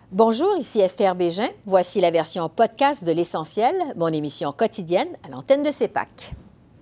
Bonjour, ici Esther Bégin. Voici la version podcast de L'Essentiel, mon émission quotidienne à l'antenne de CEPAC.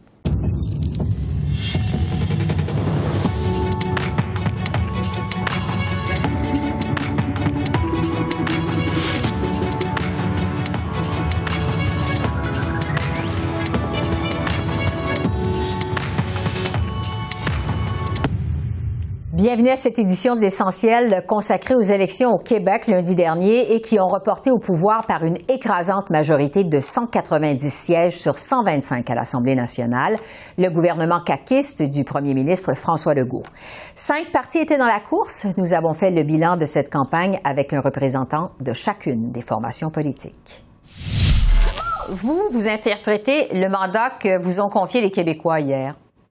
Bienvenue à cette édition de l'Essentiel consacrée aux élections au Québec lundi dernier et qui ont reporté au pouvoir par une écrasante majorité de 190 sièges sur 125 à l'Assemblée nationale le gouvernement caquiste du premier ministre François Legault. 5 partis étaient dans la course. Nous avons fait le bilan de cette campagne avec un représentant de chacune des formations politiques. Vous interprétez le mandat que vous ont confié les Québécois hier.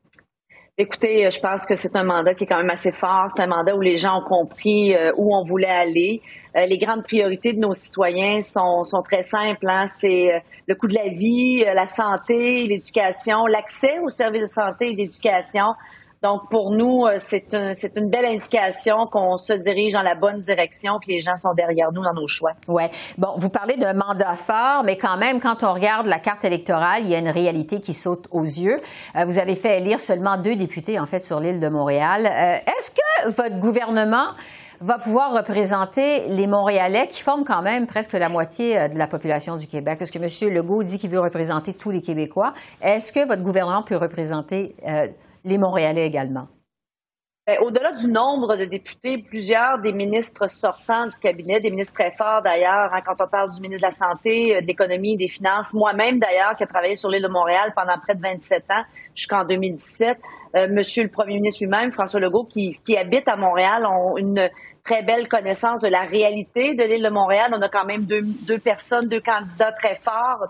Écoutez, je pense que c'est un mandat qui est quand même assez fort. C'est un mandat où les gens ont compris où on voulait aller. Les grandes priorités de nos citoyens sont très simples. C'est le coût de la vie, la santé, l'éducation, l'accès aux services de santé et d'éducation. Donc, pour nous, c'est une belle indication qu'on se dirige dans la bonne direction, que les gens sont derrière nous dans nos choix. Ouais. Bon, vous parlez d'un mandat fort, mais quand même, quand on regarde la carte électorale, il y a une réalité qui saute aux yeux. Vous avez fait élire seulement 2 députés, en fait, sur l'île de Montréal. Est-ce que votre gouvernement va pouvoir représenter les Montréalais qui forment quand même presque la moitié de la population du Québec? Parce que M. Legault dit qu'il veut représenter tous les Québécois. Est-ce que votre gouvernement peut représenter les Montréalais également? Au-delà du nombre de députés, plusieurs des ministres sortants du cabinet, des ministres très forts d'ailleurs, quand on parle du ministre de la Santé, de l'Économie, des Finances, moi-même d'ailleurs, qui a travaillé sur l'île de Montréal pendant près de 27 ans, jusqu'en 2017, Monsieur le premier ministre lui-même, François Legault, qui habite à Montréal, ont une très belle connaissance de la réalité de l'île de Montréal. On a quand même deux personnes, 2 candidats très fortes.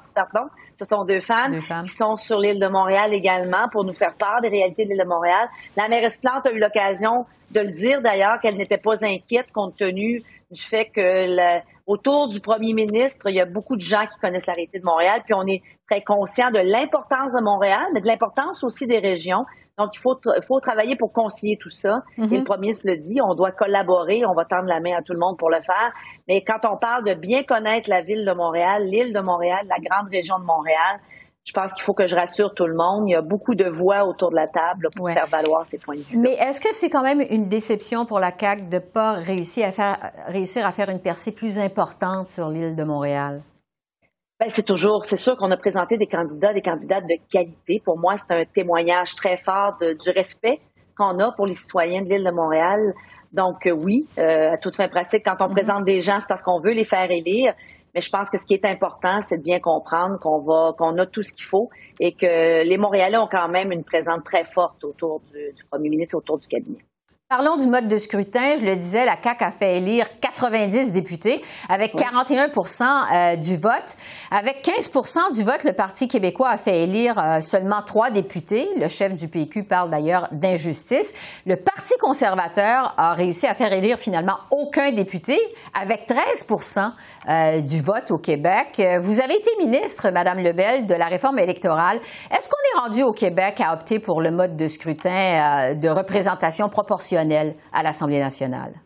Ce sont 2 femmes qui sont sur l'île de Montréal également pour nous faire part des réalités de l'île de Montréal. La mairesse Plante a eu l'occasion de le dire d'ailleurs qu'elle n'était pas inquiète compte tenu du fait que autour du premier ministre, il y a beaucoup de gens qui connaissent la réalité de Montréal, puis on est très conscient de l'importance de Montréal, mais de l'importance aussi des régions. Donc, il faut travailler pour concilier tout ça. Et le premier ministre le dit, on doit collaborer, on va tendre la main à tout le monde pour le faire. Mais quand on parle de bien connaître la ville de Montréal, l'île de Montréal, la grande région de Montréal, je pense qu'il faut que je rassure tout le monde. Il y a beaucoup de voix autour de la table pour faire valoir ces points de vue. Mais est-ce que c'est quand même une déception pour la CAQ de ne pas réussir à faire une percée plus importante sur l'île de Montréal? C'est sûr qu'on a présenté des candidates de qualité. Pour moi, c'est un témoignage très fort du respect qu'on a pour les citoyens de l'île de Montréal. Donc oui, à toute fin pratique, quand on présente des gens, c'est parce qu'on veut les faire élire. Mais je pense que ce qui est important, c'est de bien comprendre qu'on a tout ce qu'il faut et que les Montréalais ont quand même une présence très forte autour du premier ministre, autour du cabinet. Parlons du mode de scrutin. Je le disais, la CAQ a fait élire 90 députés avec 41 du vote. Avec 15 du vote, le Parti québécois a fait élire seulement 3 députés. Le chef du PQ parle d'ailleurs d'injustice. Le Parti conservateur a réussi à faire élire finalement aucun député avec 13 du vote au Québec. Vous avez été ministre, Mme Lebel, de la réforme électorale. Est-ce qu'on est rendu au Québec à opter pour le mode de scrutin de représentation proportionnelle à l'Assemblée nationale?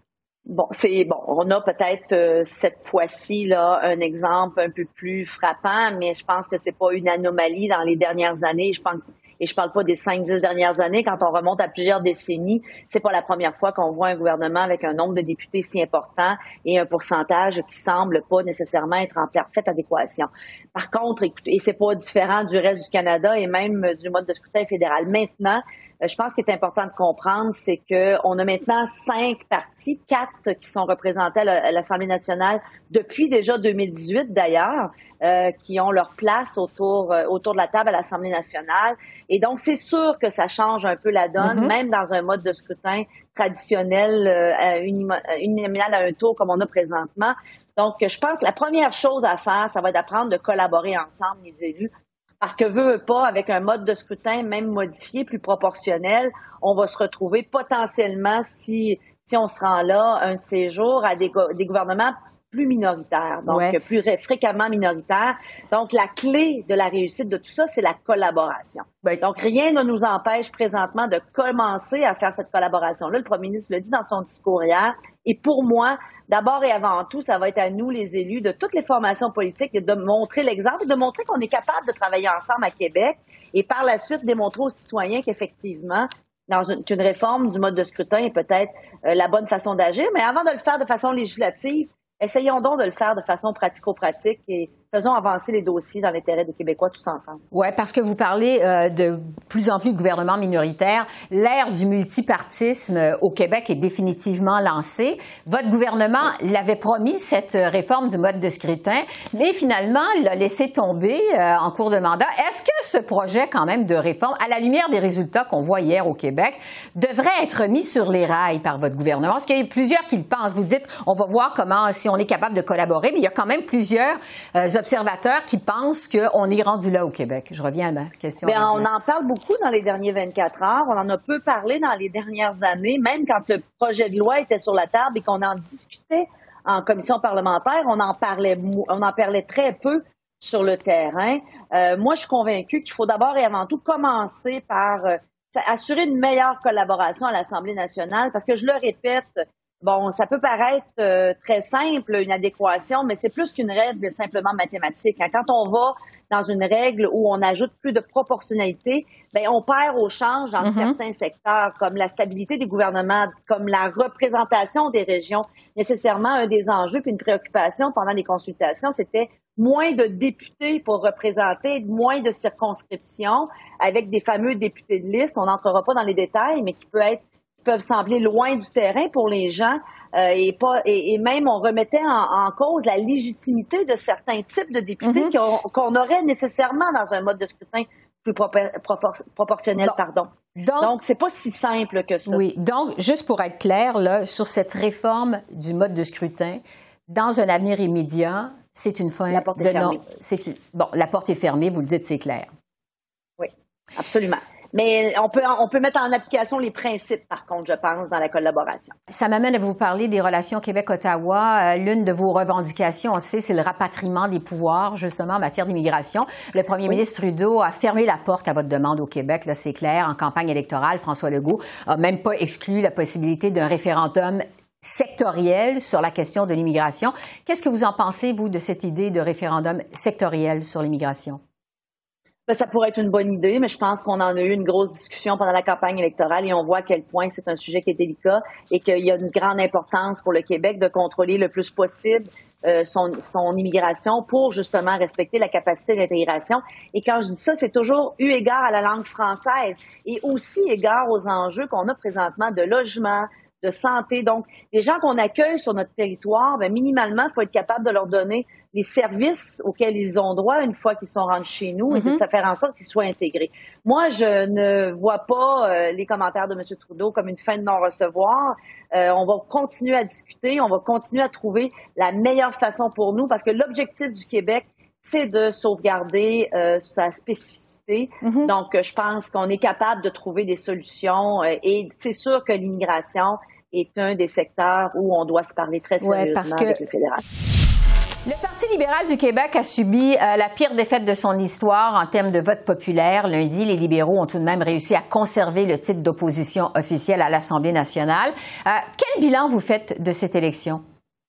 On a peut-être cette fois-ci là un exemple un peu plus frappant, mais je pense que c'est pas une anomalie dans les dernières années. Je parle pas des 5-10 dernières années. Quand on remonte à plusieurs décennies, c'est pas la première fois qu'on voit un gouvernement avec un nombre de députés si important et un pourcentage qui semble pas nécessairement être en parfaite adéquation. Par contre, écoutez, et c'est pas différent du reste du Canada et même du mode de scrutin fédéral. Maintenant, je pense qu'il est important de comprendre, c'est qu'on a maintenant 5 partis, 4 qui sont représentés à l'Assemblée nationale depuis déjà 2018 d'ailleurs, qui ont leur place autour de la table à l'Assemblée nationale. Et donc, c'est sûr que ça change un peu la donne, même dans un mode de scrutin traditionnel, uninominal à un tour comme on a présentement. Donc, je pense que la première chose à faire, ça va être d'apprendre de collaborer ensemble, les élus. Parce que veut pas, avec un mode de scrutin même modifié, plus proportionnel, on va se retrouver potentiellement, si on se rend là un de ces jours, à des gouvernements plus minoritaires, donc plus fréquemment minoritaires. Donc, la clé de la réussite de tout ça, c'est la collaboration. Donc, rien ne nous empêche présentement de commencer à faire cette collaboration-là. Le premier ministre le dit dans son discours hier. Et pour moi, d'abord et avant tout, ça va être à nous, les élus de toutes les formations politiques, de montrer l'exemple, de montrer qu'on est capable de travailler ensemble à Québec et par la suite démontrer aux citoyens qu'effectivement, qu'une réforme du mode de scrutin est peut-être la bonne façon d'agir. Mais avant de le faire de façon législative, essayons donc de le faire de façon pratico-pratique et faisons avancer les dossiers dans l'intérêt des Québécois tous ensemble. Oui, parce que vous parlez de plus en plus de gouvernements minoritaires. L'ère du multipartisme au Québec est définitivement lancée. Votre gouvernement l'avait promis, cette réforme du mode de scrutin, mais finalement, il l'a laissé tomber en cours de mandat. Est-ce que ce projet, quand même, de réforme, à la lumière des résultats qu'on voit hier au Québec, devrait être mis sur les rails par votre gouvernement? Parce qu'il y a plusieurs qui le pensent. Vous dites, on va voir comment, si on est capable de collaborer, mais il y a quand même plusieurs observateurs qui pensent qu'on est rendu là au Québec. Je reviens à ma question. Bien, on en parle beaucoup dans les derniers 24 heures. On en a peu parlé dans les dernières années, même quand le projet de loi était sur la table et qu'on en discutait en commission parlementaire, on en parlait très peu sur le terrain. Moi, je suis convaincue qu'il faut d'abord et avant tout commencer par assurer une meilleure collaboration à l'Assemblée nationale, parce que je le répète, bon, ça peut paraître très simple, une adéquation, mais c'est plus qu'une règle simplement mathématique. Quand on va dans une règle où on ajoute plus de proportionnalité, bien, on perd au change dans certains secteurs, comme la stabilité des gouvernements, comme la représentation des régions. Nécessairement, un des enjeux puis une préoccupation pendant les consultations, c'était moins de députés pour représenter, moins de circonscriptions, avec des fameux députés de liste. On n'entrera pas dans les détails, mais qui peuvent sembler loin du terrain pour les gens et même on remettait en cause la légitimité de certains types de députés qu'on aurait nécessairement dans un mode de scrutin plus proportionnel. Donc, c'est pas si simple que ça. Oui. Donc, juste pour être clair, là, sur cette réforme du mode de scrutin, dans un avenir immédiat, c'est une fin la porte est fermée. La porte est fermée, vous le dites, c'est clair. Oui, absolument. Mais on peut mettre en application les principes, par contre, je pense, dans la collaboration. Ça m'amène à vous parler des relations Québec-Ottawa. L'une de vos revendications, on sait, c'est le rapatriement des pouvoirs, justement, en matière d'immigration. Le premier ministre Trudeau a fermé la porte à votre demande au Québec, là, c'est clair. En campagne électorale, François Legault a même pas exclu la possibilité d'un référendum sectoriel sur la question de l'immigration. Qu'est-ce que vous en pensez, vous, de cette idée de référendum sectoriel sur l'immigration? Ça pourrait être une bonne idée, mais je pense qu'on en a eu une grosse discussion pendant la campagne électorale et on voit à quel point c'est un sujet qui est délicat et qu'il y a une grande importance pour le Québec de contrôler le plus possible son immigration pour justement respecter la capacité d'intégration. Et quand je dis ça, c'est toujours eu égard à la langue française et aussi égard aux enjeux qu'on a présentement de logement, de santé. Donc, les gens qu'on accueille sur notre territoire, bien, minimalement, il faut être capable de leur donner les services auxquels ils ont droit une fois qu'ils sont rentrés chez nous et de faire en sorte qu'ils soient intégrés. Moi, je ne vois pas les commentaires de M. Trudeau comme une fin de non-recevoir. On va continuer à discuter, on va continuer à trouver la meilleure façon pour nous parce que l'objectif du Québec, c'est de sauvegarder sa spécificité. Donc, je pense qu'on est capable de trouver des solutions et c'est sûr que l'immigration est un des secteurs où on doit se parler très sérieusement avec le fédéral. Le Parti libéral du Québec a subi la pire défaite de son histoire en termes de vote populaire. Lundi, les libéraux ont tout de même réussi à conserver le titre d'opposition officielle à l'Assemblée nationale. Quel bilan vous faites de cette élection?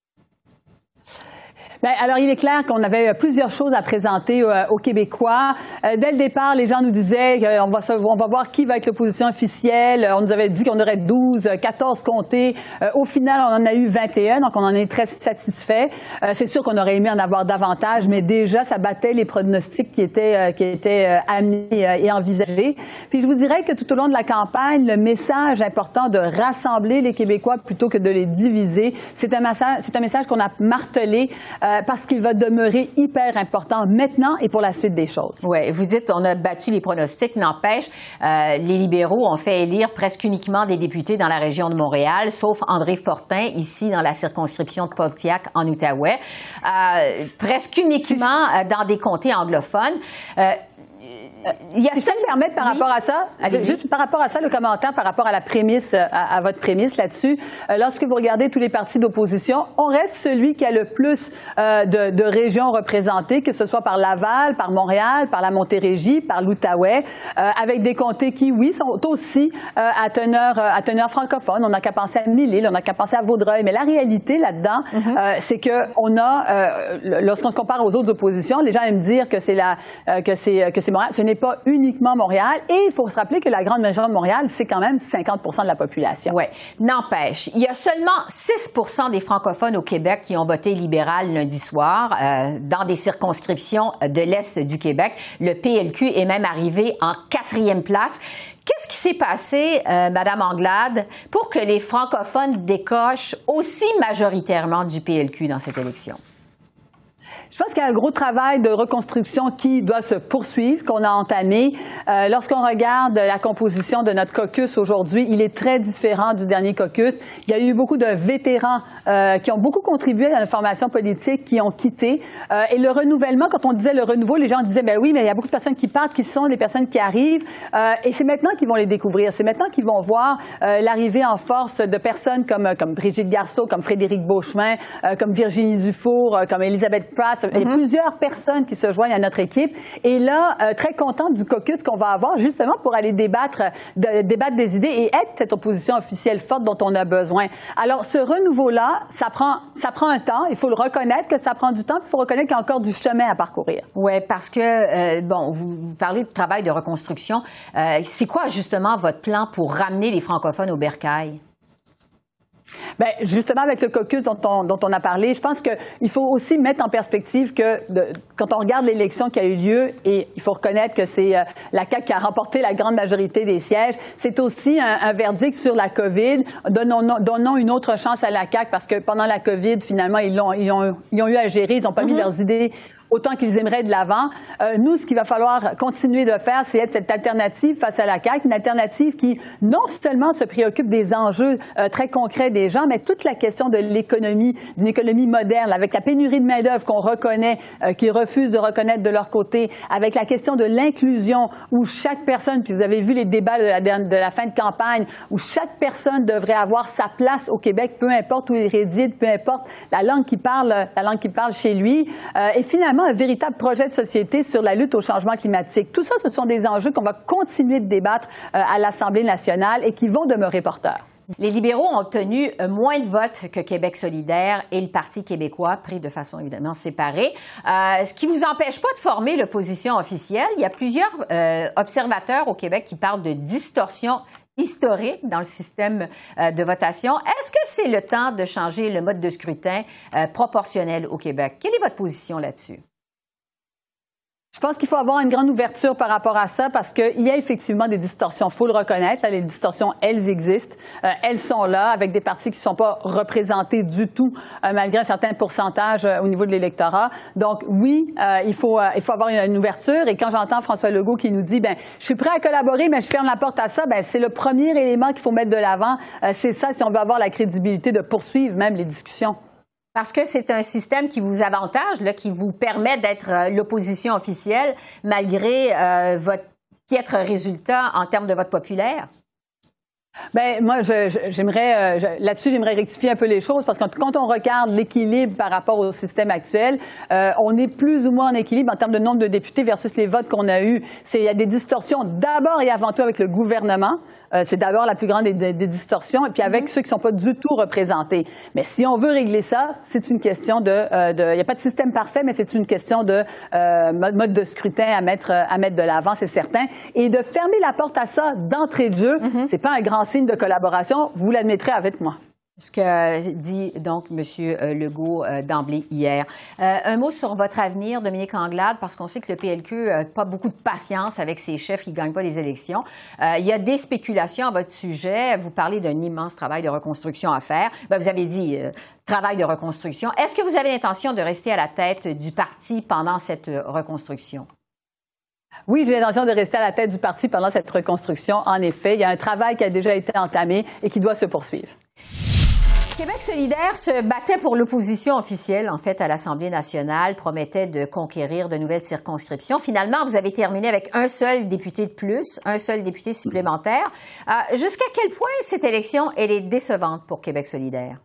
Bien, alors, il est clair qu'on avait plusieurs choses à présenter aux Québécois. Dès le départ, les gens nous disaient on va voir qui va être l'opposition officielle. On nous avait dit qu'on aurait 12, 14 comtés. Au final, on en a eu 21, donc on en est très satisfait. C'est sûr qu'on aurait aimé en avoir davantage, mais déjà, ça battait les pronostics qui étaient amenés et envisagés. Puis je vous dirais que tout au long de la campagne, le message important de rassembler les Québécois plutôt que de les diviser, c'est un message qu'on a martelé parce qu'il va demeurer hyper important maintenant et pour la suite des choses. Oui, vous dites on a battu les pronostics, n'empêche, les libéraux ont fait élire presque uniquement des députés dans la région de Montréal, sauf André Fortin, ici dans la circonscription de Pontiac en Outaouais, presque uniquement dans des comtés anglophones. Si ça me permet par rapport à ça, juste par rapport à ça, le commentaire par rapport à la prémisse, à votre prémisse là-dessus, lorsque vous regardez tous les partis d'opposition, on reste celui qui a le plus de régions représentées, que ce soit par Laval, par Montréal, par la Montérégie, par l'Outaouais, avec des comtés qui, oui, sont aussi à teneur francophone. On n'a qu'à penser à Mille-Îles, on n'a qu'à penser à Vaudreuil. Mais la réalité là-dedans, c'est qu'on a, lorsqu'on se compare aux autres oppositions, les gens aiment dire que c'est Montréal. Ce n'est pas uniquement Montréal. Et il faut se rappeler que la grande région de Montréal, c'est quand même 50 % de la population. Oui. N'empêche, il y a seulement 6 % des francophones au Québec qui ont voté libéral lundi soir dans des circonscriptions de l'Est du Québec. Le PLQ est même arrivé en 4e place. Qu'est-ce qui s'est passé, Madame Anglade, pour que les francophones décochent aussi majoritairement du PLQ dans cette élection? Je pense qu'il y a un gros travail de reconstruction qui doit se poursuivre, qu'on a entamé. Lorsqu'on regarde la composition de notre caucus aujourd'hui, il est très différent du dernier caucus. Il y a eu beaucoup de vétérans qui ont beaucoup contribué à la formation politique, qui ont quitté. Et le renouvellement, quand on disait le renouveau, les gens disaient, ben oui, mais il y a beaucoup de personnes qui partent, qui sont des personnes qui arrivent. Et c'est maintenant qu'ils vont les découvrir. C'est maintenant qu'ils vont voir l'arrivée en force de personnes comme Brigitte Garceau, comme Frédéric Beauchemin, comme Virginie Dufour, comme Elisabeth Pratt. Il y a plusieurs personnes qui se joignent à notre équipe. Et là, très contente du caucus qu'on va avoir, justement, pour aller débattre des idées et être cette opposition officielle forte dont on a besoin. Alors, ce renouveau-là, ça prend un temps. Il faut le reconnaître que ça prend du temps. Il faut reconnaître qu'il y a encore du chemin à parcourir. Oui, parce que, vous parlez de travail de reconstruction. C'est quoi, justement, votre plan pour ramener les francophones au bercail? Bien, justement, avec le caucus dont on a parlé, je pense qu'il faut aussi mettre en perspective que quand on regarde l'élection qui a eu lieu, et il faut reconnaître que c'est la CAQ qui a remporté la grande majorité des sièges, c'est aussi un verdict sur la COVID. Donnons une autre chance à la CAQ parce que pendant la COVID, finalement, ils ont eu à gérer, ils n'ont pas mis leurs idées autant qu'ils aimeraient de l'avant. Nous, ce qu'il va falloir continuer de faire, c'est être cette alternative face à la CAQ, une alternative qui non seulement se préoccupe des enjeux très concrets des gens, mais toute la question de l'économie, d'une économie moderne, avec la pénurie de main-d'œuvre qu'on reconnaît, qu'ils refusent de reconnaître de leur côté, avec la question de l'inclusion, où chaque personne, puis vous avez vu les débats de la fin de campagne, où chaque personne devrait avoir sa place au Québec, peu importe où il réside, peu importe la langue qu'il parle chez lui, et finalement, un véritable projet de société sur la lutte au changement climatique. Tout ça, ce sont des enjeux qu'on va continuer de débattre à l'Assemblée nationale et qui vont demeurer porteurs. Les libéraux ont obtenu moins de votes que Québec solidaire et le Parti québécois, pris de façon évidemment séparée, ce qui ne vous empêche pas de former l'opposition officielle. Il y a plusieurs observateurs au Québec qui parlent de distorsion historique dans le système de votation. Est-ce que c'est le temps de changer le mode de scrutin proportionnel au Québec? Quelle est votre position là-dessus? Je pense qu'il faut avoir une grande ouverture par rapport à ça parce qu'il y a effectivement des distorsions. Il faut le reconnaître. Là, les distorsions, elles existent. Elles sont là avec des partis qui ne sont pas représentés du tout malgré un certain pourcentage au niveau de l'électorat. Donc, oui, il faut avoir une ouverture. Et quand j'entends François Legault qui nous dit, je suis prêt à collaborer, mais je ferme la porte à ça, c'est le premier élément qu'il faut mettre de l'avant. C'est ça si on veut avoir la crédibilité de poursuivre même les discussions. Parce que c'est un système qui vous avantage, là, qui vous permet d'être l'opposition officielle malgré votre piètre résultat en termes de vote populaire? Moi, là-dessus, j'aimerais rectifier un peu les choses parce que quand on regarde l'équilibre par rapport au système actuel, on est plus ou moins en équilibre en termes de nombre de députés versus les votes qu'on a eus. Il y a des distorsions d'abord et avant tout avec le gouvernement. C'est d'abord la plus grande des distorsions, et puis avec ceux qui ne sont pas du tout représentés. Mais si on veut régler ça, c'est une question il n'y a pas de système parfait, mais c'est une question de mode de scrutin à mettre de l'avant, c'est certain. Et de fermer la porte à ça d'entrée de jeu, c'est pas un grand signe de collaboration, vous l'admettrez avec moi. Ce que dit donc M. Legault d'emblée hier. Un mot sur votre avenir, Dominique Anglade, parce qu'on sait que le PLQ n'a pas beaucoup de patience avec ses chefs qui ne gagnent pas les élections. Il y a des spéculations à votre sujet. Vous parlez d'un immense travail de reconstruction à faire. Vous avez dit travail de reconstruction. Est-ce que vous avez l'intention de rester à la tête du parti pendant cette reconstruction? Oui, j'ai l'intention de rester à la tête du parti pendant cette reconstruction. En effet, il y a un travail qui a déjà été entamé et qui doit se poursuivre. Québec solidaire se battait pour l'opposition officielle, en fait, à l'Assemblée nationale, promettait de conquérir de nouvelles circonscriptions. Finalement, vous avez terminé avec un seul député de plus, un seul député supplémentaire. Jusqu'à quel point cette élection, elle est décevante pour Québec solidaire?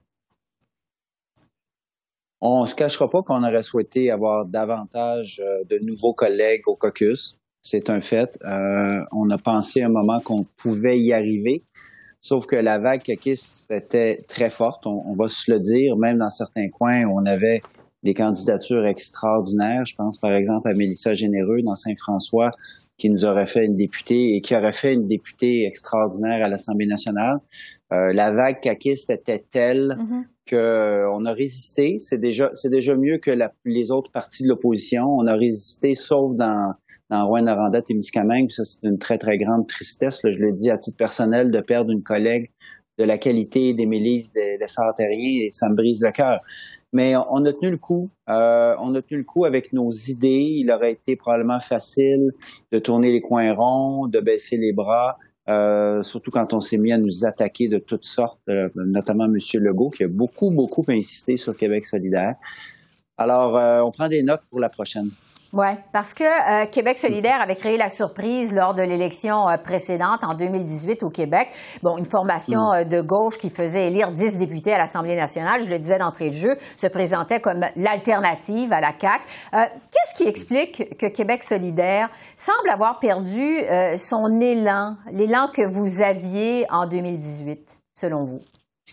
On ne se cachera pas qu'on aurait souhaité avoir davantage de nouveaux collègues au caucus. C'est un fait. On a pensé un moment qu'on pouvait y arriver. Sauf que la vague caquiste était très forte, on va se le dire, même dans certains coins où on avait des candidatures extraordinaires. Je pense par exemple à Mélissa Généreux dans Saint-François, qui nous aurait fait une députée et qui aurait fait une députée extraordinaire à l'Assemblée nationale. La vague caquiste était telle qu'on a résisté. C'est déjà mieux que les autres partis de l'opposition. On a résisté, sauf dans Rouyn-Noranda-Témiscamingue. Ça, c'est une très, très grande tristesse. Là, je le dis à titre personnel, de perdre une collègue de la qualité d'Émilie Lessard-Terrien, et ça me brise le cœur. Mais on a tenu le coup. On a tenu le coup avec nos idées. Il aurait été probablement facile de tourner les coins ronds, de baisser les bras, surtout quand on s'est mis à nous attaquer de toutes sortes, notamment M. Legault, qui a beaucoup, beaucoup insisté sur Québec solidaire. Alors, on prend des notes pour la prochaine. Oui, parce que Québec solidaire avait créé la surprise lors de l'élection précédente en 2018 au Québec. Bon, une formation de gauche qui faisait élire 10 députés à l'Assemblée nationale, je le disais d'entrée de jeu, se présentait comme l'alternative à la CAQ. Qu'est-ce qui explique que Québec solidaire semble avoir perdu son élan, l'élan que vous aviez en 2018, selon vous?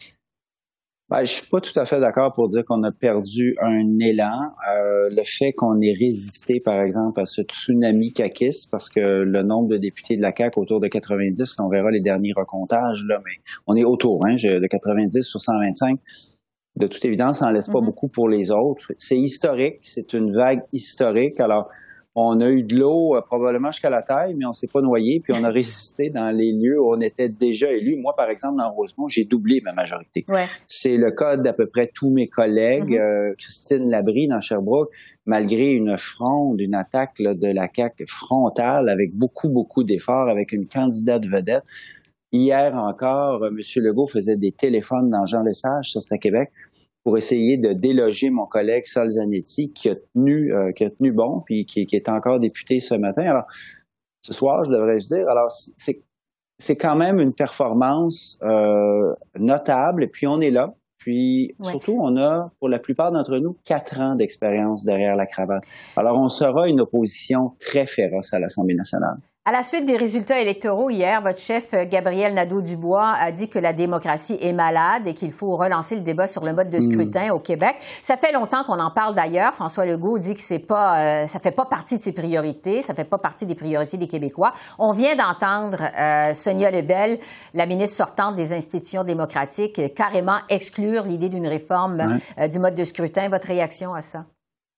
Ben, je suis pas tout à fait d'accord pour dire qu'on a perdu un élan. Le fait qu'on ait résisté, par exemple, à ce tsunami caquiste, parce que le nombre de députés de la CAQ autour de 90, on verra les derniers recomptages, là, mais on est autour de 90 sur 125. De toute évidence, ça n'en laisse pas beaucoup pour les autres. C'est historique, c'est une vague historique. Alors, on a eu de l'eau probablement jusqu'à la taille, mais on s'est pas noyé, puis on a résisté dans les lieux où on était déjà élus. Moi, par exemple, dans Rosemont, j'ai doublé ma majorité. Ouais. C'est le cas d'à peu près tous mes collègues. Christine Labrie, dans Sherbrooke, malgré une fronde, une attaque là, de la CAQ frontale, avec beaucoup, beaucoup d'efforts, avec une candidate vedette. Hier encore, M. Legault faisait des téléphones dans Jean Lesage, ça c'est à Québec, pour essayer de déloger mon collègue Sol Zanetti, qui a tenu bon, puis qui est encore député ce matin. Alors, ce soir, je devrais dire. Alors, c'est quand même une performance notable, et puis on est là. Puis, surtout, on a, pour la plupart d'entre nous, 4 ans d'expérience derrière la cravate. Alors, on sera une opposition très féroce à l'Assemblée nationale. À la suite des résultats électoraux hier, votre chef Gabriel Nadeau-Dubois a dit que la démocratie est malade et qu'il faut relancer le débat sur le mode de scrutin au Québec. Ça fait longtemps qu'on en parle d'ailleurs. François Legault dit que ça fait pas partie de ses priorités, ça fait pas partie des priorités des Québécois. On vient d'entendre Sonia Lebel, la ministre sortante des institutions démocratiques, carrément exclure l'idée d'une réforme du mode de scrutin. Votre réaction à ça?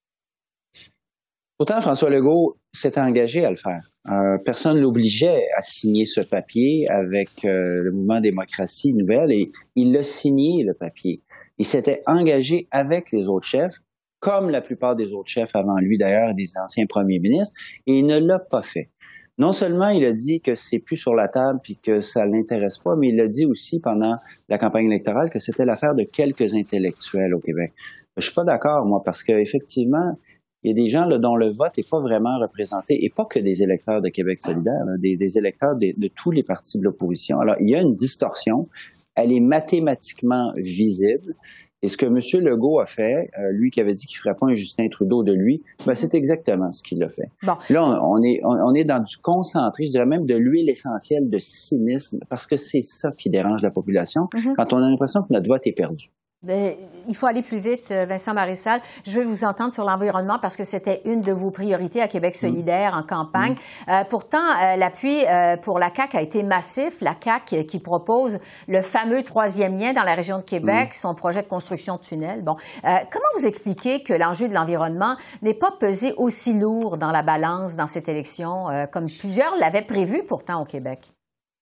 Pourtant, François Legault s'est engagé à le faire. Personne ne l'obligeait à signer ce papier avec le mouvement Démocratie Nouvelle, et il l'a signé, le papier. Il s'était engagé avec les autres chefs, comme la plupart des autres chefs avant lui d'ailleurs, des anciens premiers ministres, et il ne l'a pas fait. Non seulement il a dit que c'est plus sur la table puis que ça l'intéresse pas, mais il a dit aussi pendant la campagne électorale que c'était l'affaire de quelques intellectuels au Québec. Je suis pas d'accord, moi, parce qu'effectivement, il y a des gens là, dont le vote n'est pas vraiment représenté, et pas que des électeurs de Québec solidaire, là, des électeurs de tous les partis de l'opposition. Alors, il y a une distorsion, elle est mathématiquement visible, et ce que M. Legault a fait, lui qui avait dit qu'il ne ferait pas un Justin Trudeau de lui, ben, c'est exactement ce qu'il a fait. Bon. Là, on est dans du concentré, je dirais même de l'huile essentielle de cynisme, parce que c'est ça qui dérange la population, quand on a l'impression que notre vote est perdu. Bien, il faut aller plus vite, Vincent Marissal. Je veux vous entendre sur l'environnement parce que c'était une de vos priorités à Québec solidaire en campagne. Pourtant, l'appui pour la CAQ a été massif. La CAQ qui propose le fameux 3e lien dans la région de Québec, son projet de construction de tunnels. Bon, comment vous expliquez que l'enjeu de l'environnement n'est pas pesé aussi lourd dans la balance dans cette élection, comme plusieurs l'avaient prévu pourtant au Québec?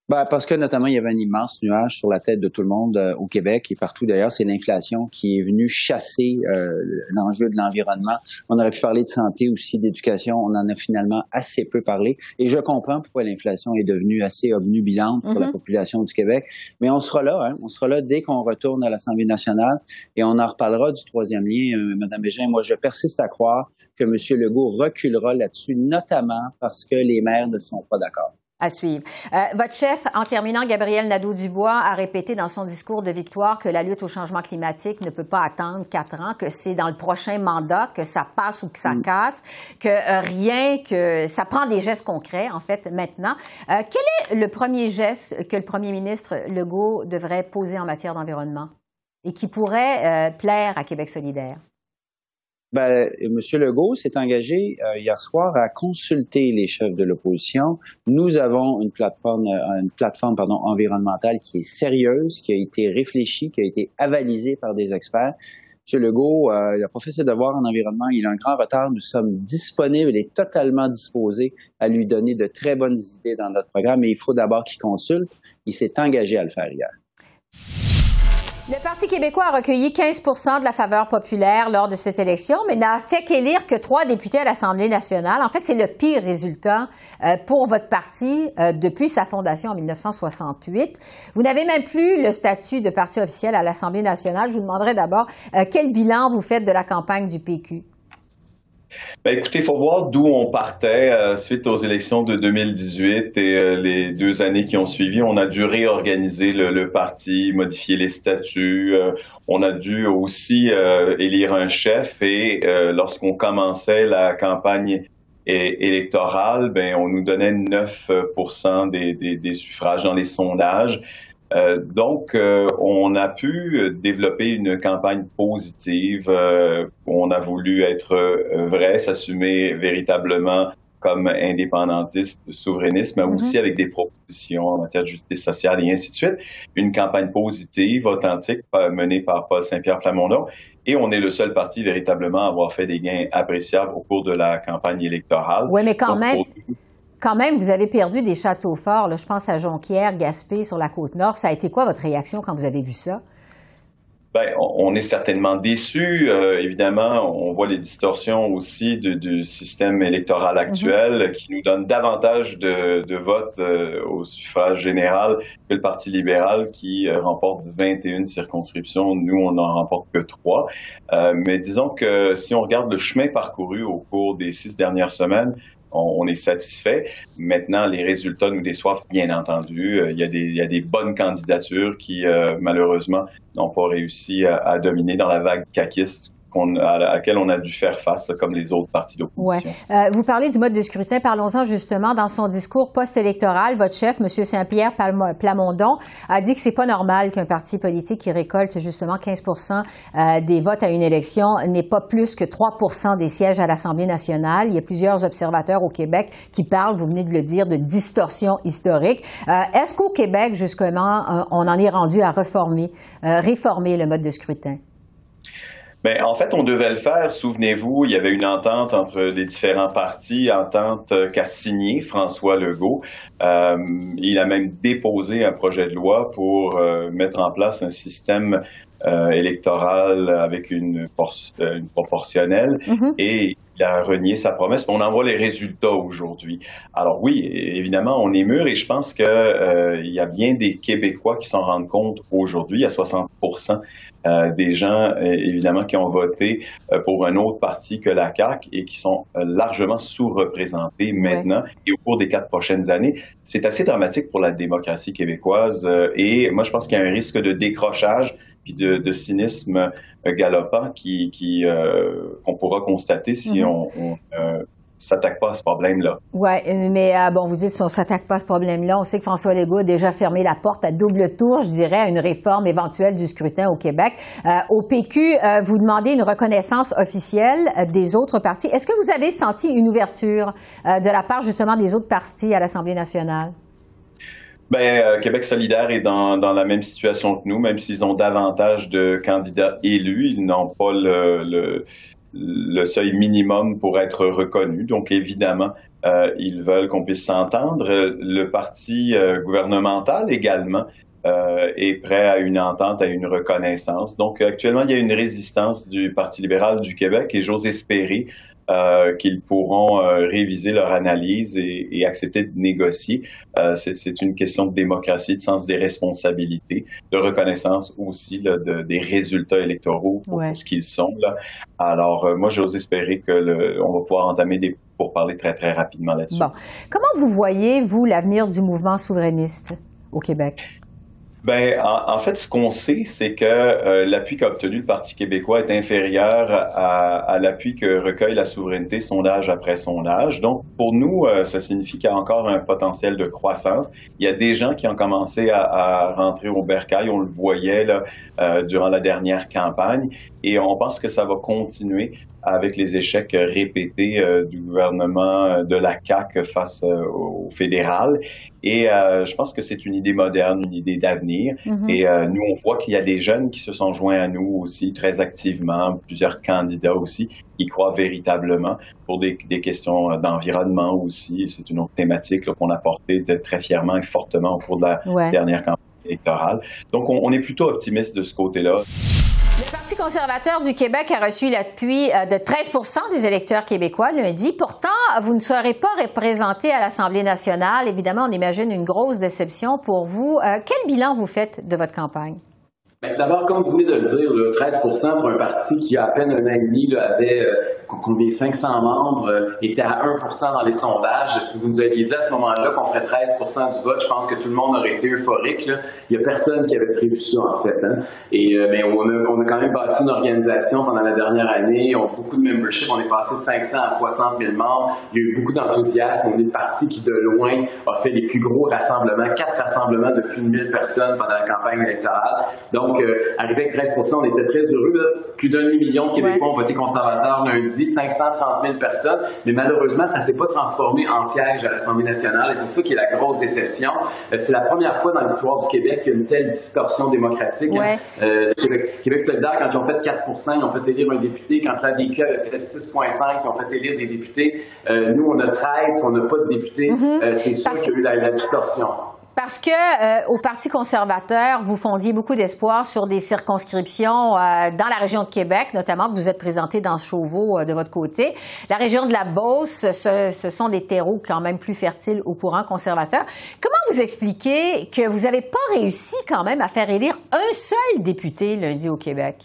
Parce que notamment, il y avait un immense nuage sur la tête de tout le monde au Québec et partout d'ailleurs. C'est l'inflation qui est venue chasser l'enjeu de l'environnement. On aurait pu parler de santé aussi, d'éducation. On en a finalement assez peu parlé. Et je comprends pourquoi l'inflation est devenue assez obnubilante pour la population du Québec. Mais on sera là, on sera là dès qu'on retourne à l'Assemblée nationale et on en reparlera du troisième lien, Mme Bégin. Moi, je persiste à croire que M. Legault reculera là-dessus, notamment parce que les maires ne sont pas d'accord. À suivre. Votre chef, en terminant, Gabriel Nadeau-Dubois, a répété dans son discours de victoire que la lutte au changement climatique ne peut pas attendre 4 ans, que c'est dans le prochain mandat que ça passe ou que ça casse, que que ça prend des gestes concrets, en fait, maintenant. Quel est le premier geste que le premier ministre Legault devrait poser en matière d'environnement et qui pourrait plaire à Québec solidaire? M. Legault s'est engagé hier soir à consulter les chefs de l'opposition. Nous avons une plateforme environnementale qui est sérieuse, qui a été réfléchie, qui a été avalisée par des experts. M. Legault, il n'a pas fait ses devoirs en environnement, il a un grand retard. Nous sommes disponibles et totalement disposés à lui donner de très bonnes idées dans notre programme, mais il faut d'abord qu'il consulte. Il s'est engagé à le faire hier. Le Parti québécois a recueilli 15 de la faveur populaire lors de cette élection, mais n'a fait qu'élire que 3 députés à l'Assemblée nationale. En fait, c'est le pire résultat pour votre parti depuis sa fondation en 1968. Vous n'avez même plus le statut de parti officiel à l'Assemblée nationale. Je vous demanderai d'abord quel bilan vous faites de la campagne du PQ? Écoutez, il faut voir d'où on partait suite aux élections de 2018 et les 2 années qui ont suivi. On a dû réorganiser le parti, modifier les statuts. On a dû aussi élire un chef et lorsqu'on commençait la campagne électorale, on nous donnait 9% des suffrages dans les sondages. Donc, on a pu développer une campagne positive. On a voulu être vrai, s'assumer véritablement comme indépendantiste, souverainiste, mais aussi avec des propositions en matière de justice sociale et ainsi de suite. Une campagne positive, authentique, menée par Paul Saint-Pierre Plamondon. Et on est le seul parti véritablement à avoir fait des gains appréciables au cours de la campagne électorale. Oui, mais quand même, vous avez perdu des châteaux forts. Là, je pense à Jonquière, Gaspé, sur la Côte-Nord. Ça a été quoi votre réaction quand vous avez vu ça? On est certainement déçus. Évidemment, on voit les distorsions aussi du système électoral actuel qui nous donne davantage de votes au suffrage général que le Parti libéral qui remporte 21 circonscriptions. Nous, on n'en remporte que 3. Mais disons que si on regarde le chemin parcouru au cours des 6 dernières semaines, on est satisfait. Maintenant, les résultats nous déçoivent, bien entendu. Il y a des bonnes candidatures qui, malheureusement, n'ont pas réussi à dominer dans la vague caquiste à laquelle on a dû faire face, comme les autres partis d'opposition. Ouais. Vous parlez du mode de scrutin. Parlons-en justement. Dans son discours post-électoral, votre chef, M. Saint-Pierre Plamondon, a dit que c'est pas normal qu'un parti politique qui récolte justement 15 des votes à une élection n'ait pas plus que 3 des sièges à l'Assemblée nationale. Il y a plusieurs observateurs au Québec qui parlent, vous venez de le dire, de distorsion historique. Est-ce qu'au Québec, justement, on en est rendu à réformer le mode de scrutin? En fait, on devait le faire. Souvenez-vous, il y avait une entente entre les différents partis, entente qu'a signée François Legault. Il a même déposé un projet de loi pour mettre en place un système électoral avec une proportionnelle et il a renié sa promesse, mais on en voit les résultats aujourd'hui. Alors oui, évidemment, on est mûr et je pense que il y a bien des Québécois qui s'en rendent compte aujourd'hui. Il y a 60% des gens, évidemment, qui ont voté pour un autre parti que la CAQ et qui sont largement sous-représentés maintenant et au cours des 4 prochaines années. C'est assez dramatique pour la démocratie québécoise et moi, je pense qu'il y a un risque de décrochage puis de cynisme galopant qu'on pourra constater si on s'attaque pas à ce problème-là. Oui, mais vous dites si on s'attaque pas à ce problème-là, on sait que François Legault a déjà fermé la porte à double tour, je dirais, à une réforme éventuelle du scrutin au Québec. Au PQ, vous demandez une reconnaissance officielle des autres partis. Est-ce que vous avez senti une ouverture de la part justement des autres partis à l'Assemblée nationale? Québec solidaire est dans la même situation que nous, même s'ils ont davantage de candidats élus, ils n'ont pas le seuil minimum pour être reconnu. Donc, évidemment, ils veulent qu'on puisse s'entendre. Le parti gouvernemental également est prêt à une entente, à une reconnaissance. Donc, actuellement, il y a une résistance du Parti libéral du Québec et j'ose espérer qu'ils pourront réviser leur analyse et accepter de négocier. C'est une question de démocratie, de sens des responsabilités, de reconnaissance aussi là, des résultats électoraux pour ce qu'ils sont. Là. Alors, moi, j'ose espérer qu'on va pouvoir entamer des pourparlers très, très rapidement là-dessus. Bon. Comment vous voyez, vous, l'avenir du mouvement souverainiste au Québec? Ben, en fait, ce qu'on sait, c'est que l'appui qu'a obtenu le Parti québécois est inférieur à l'appui que recueille la souveraineté sondage après sondage. Donc, pour nous, ça signifie qu'il y a encore un potentiel de croissance. Il y a des gens qui ont commencé à rentrer au bercail, on le voyait là, durant la dernière campagne, et on pense que ça va continuer avec les échecs répétés du gouvernement de la CAQ face au fédéral. Et je pense que c'est une idée moderne, une idée d'avenir. Mm-hmm. Et nous, on voit qu'il y a des jeunes qui se sont joints à nous aussi très activement, plusieurs candidats aussi, qui croient véritablement pour des questions d'environnement aussi. C'est une autre thématique qu'on a portée très fièrement et fortement au cours de la dernière campagne électorale. Donc, on est plutôt optimiste de ce côté-là. Le Parti conservateur du Québec a reçu l'appui de 13% des électeurs québécois lundi. Pourtant, vous ne serez pas représenté à l'Assemblée nationale. Évidemment, on imagine une grosse déception pour vous. Quel bilan vous faites de votre campagne? D'abord, comme vous venez de le dire, là, 13% pour un parti qui, a à peine un an et demi, là, avait combien 500 membres, était à 1% dans les sondages. Si vous nous aviez dit à ce moment-là qu'on ferait 13% du vote, je pense que tout le monde aurait été euphorique. Là. Il n'y a personne qui avait prévu ça, en fait. Hein. Et mais on a quand même bâti une organisation pendant la dernière année. On a beaucoup de membership. On est passé de 500 à 60 000 membres. Il y a eu beaucoup d'enthousiasme. On est le parti qui, de loin, a fait les plus gros rassemblements, 4 rassemblements de plus de 1000 personnes pendant la campagne électorale. Donc, arrivé avec 13%, on était très heureux. Là. Plus d'1 million de Québécois ont voté conservateur lundi, 530 000 personnes. Mais malheureusement, ça ne s'est pas transformé en siège à l'Assemblée nationale. Et c'est ça qui est la grosse déception. C'est la première fois dans l'histoire du Québec qu'il y a une telle distorsion démocratique. Ouais. Québec solidaire, quand ils ont fait 4%, ils ont fait élire un député. Quand l'ADQ avait fait 6,5%, ils ont fait élire des députés. Nous, on a 13, on n'a pas de députés. C'est sûr qu'il y a eu la distorsion. Parce que au Parti conservateur, vous fondiez beaucoup d'espoir sur des circonscriptions dans la région de Québec, notamment que vous êtes présenté dans Chauveau de votre côté. La région de la Beauce, ce sont des terreaux quand même plus fertiles au courant conservateur. Comment vous expliquez que vous n'avez pas réussi quand même à faire élire un seul député lundi au Québec?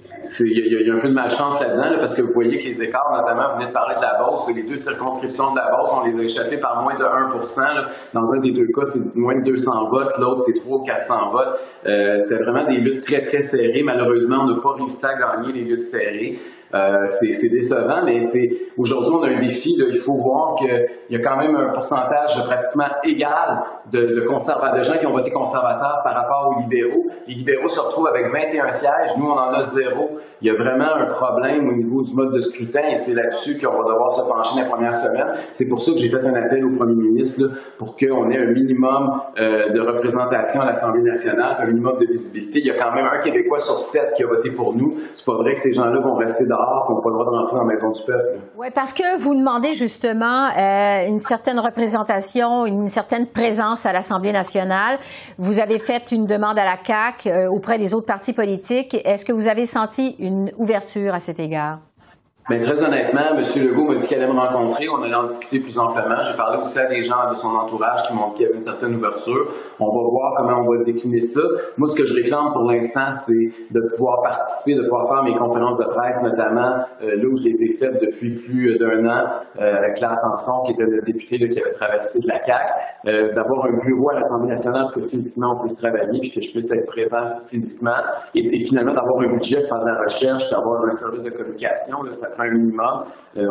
Il y a un peu de malchance là-dedans, là, parce que vous voyez que les écarts, notamment, vous venez de parler de la Beauce, les deux circonscriptions de la Beauce, on les a échappés par moins de 1%. Là. Dans un des deux cas, c'est moins de 200 votes, l'autre, c'est 300 ou 400 votes. C'était vraiment des luttes très, très serrées. Malheureusement, on n'a pas réussi à gagner les luttes serrées. C'est décevant, mais aujourd'hui, on a un défi. Là, il faut voir qu'il y a quand même un pourcentage pratiquement égal de gens qui ont voté conservateur par rapport aux libéraux. Les libéraux se retrouvent avec 21 sièges. Nous, on en a 0. Il y a vraiment un problème au niveau du mode de scrutin et c'est là-dessus qu'on va devoir se pencher la première semaine. C'est pour ça que j'ai fait un appel au premier ministre là, pour qu'on ait un minimum de représentation à l'Assemblée nationale, un minimum de visibilité. Il y a quand même un Québécois sur 7 qui a voté pour nous. C'est pas vrai que ces gens-là vont rester dehors, qu'on n'a pas le droit de rentrer dans la maison du peuple. Oui, parce que vous demandez justement une certaine représentation, une certaine présence à l'Assemblée nationale. Vous avez fait une demande à la CAQ auprès des autres partis politiques. Est-ce que vous avez senti une ouverture à cet égard? Bien, très honnêtement, M. Legault m'a dit qu'il allait me rencontrer. On allait en discuter plus amplement. J'ai parlé aussi à des gens de son entourage qui m'ont dit qu'il y avait une certaine ouverture. On va voir comment on va décliner ça. Moi, ce que je réclame pour l'instant, c'est de pouvoir participer, de pouvoir faire mes conférences de presse, notamment là où je les ai faites depuis plus d'un an avec Claire Sanson, qui était le député là, qui avait traversé de la CAQ, d'avoir un bureau à l'Assemblée nationale pour que physiquement on puisse travailler puis que je puisse être présent physiquement et finalement d'avoir un budget pour faire de la recherche, d'avoir un service de communication. Là, ça un minimum.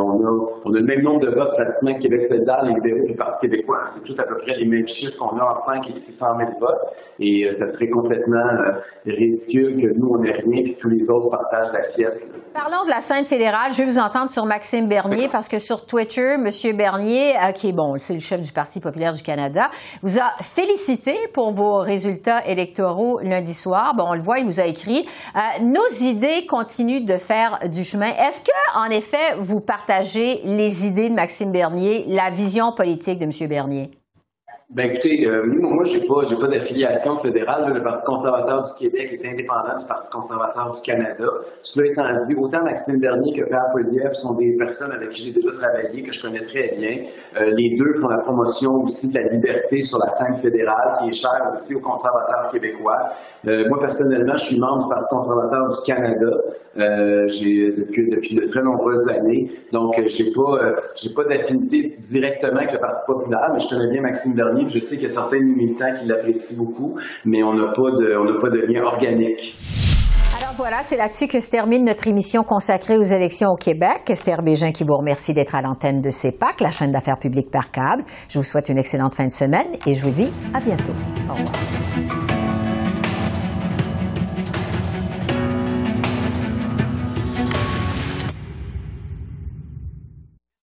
On a le même nombre de votes pratiquement que Québec solidaire, les libéraux et le Parti québécois. C'est tout à peu près les mêmes chiffres qu'on a entre 5 et 600 000 votes. Et ça serait complètement ridicule que nous, on n'ait rien et que tous les autres partagent l'assiette. Parlons de la scène fédérale. Je vais vous entendre sur Maxime Bernier parce que sur Twitter, M. Bernier, qui est c'est le chef du Parti populaire du Canada, vous a félicité pour vos résultats électoraux lundi soir. On le voit, il vous a écrit « Nos idées continuent de faire du chemin ». Est-ce que, en effet, vous partagez les idées de Maxime Bernier, la vision politique de M. Bernier? Ben écoutez, moi j'ai pas d'affiliation fédérale. Le Parti conservateur du Québec est indépendant du Parti conservateur du Canada. Cela étant dit, autant Maxime Bernier que Pierre Poilievre sont des personnes avec qui j'ai déjà travaillé, que je connais très bien. Les deux font la promotion aussi de la liberté sur la scène fédérale, qui est chère aussi aux conservateurs québécois. Moi personnellement, je suis membre du Parti conservateur du Canada. Depuis de très nombreuses années. Donc, j'ai pas d'affinité directement avec le Parti populaire, mais je connais bien Maxime Bernier. Je sais qu'il y a certains militants qui l'apprécient beaucoup, mais on n'a pas de lien organique. Alors voilà, c'est là-dessus que se termine notre émission consacrée aux élections au Québec. Esther Bégin qui vous remercie d'être à l'antenne de CEPAC, la chaîne d'affaires publiques par câble. Je vous souhaite une excellente fin de semaine et je vous dis à bientôt. Au revoir.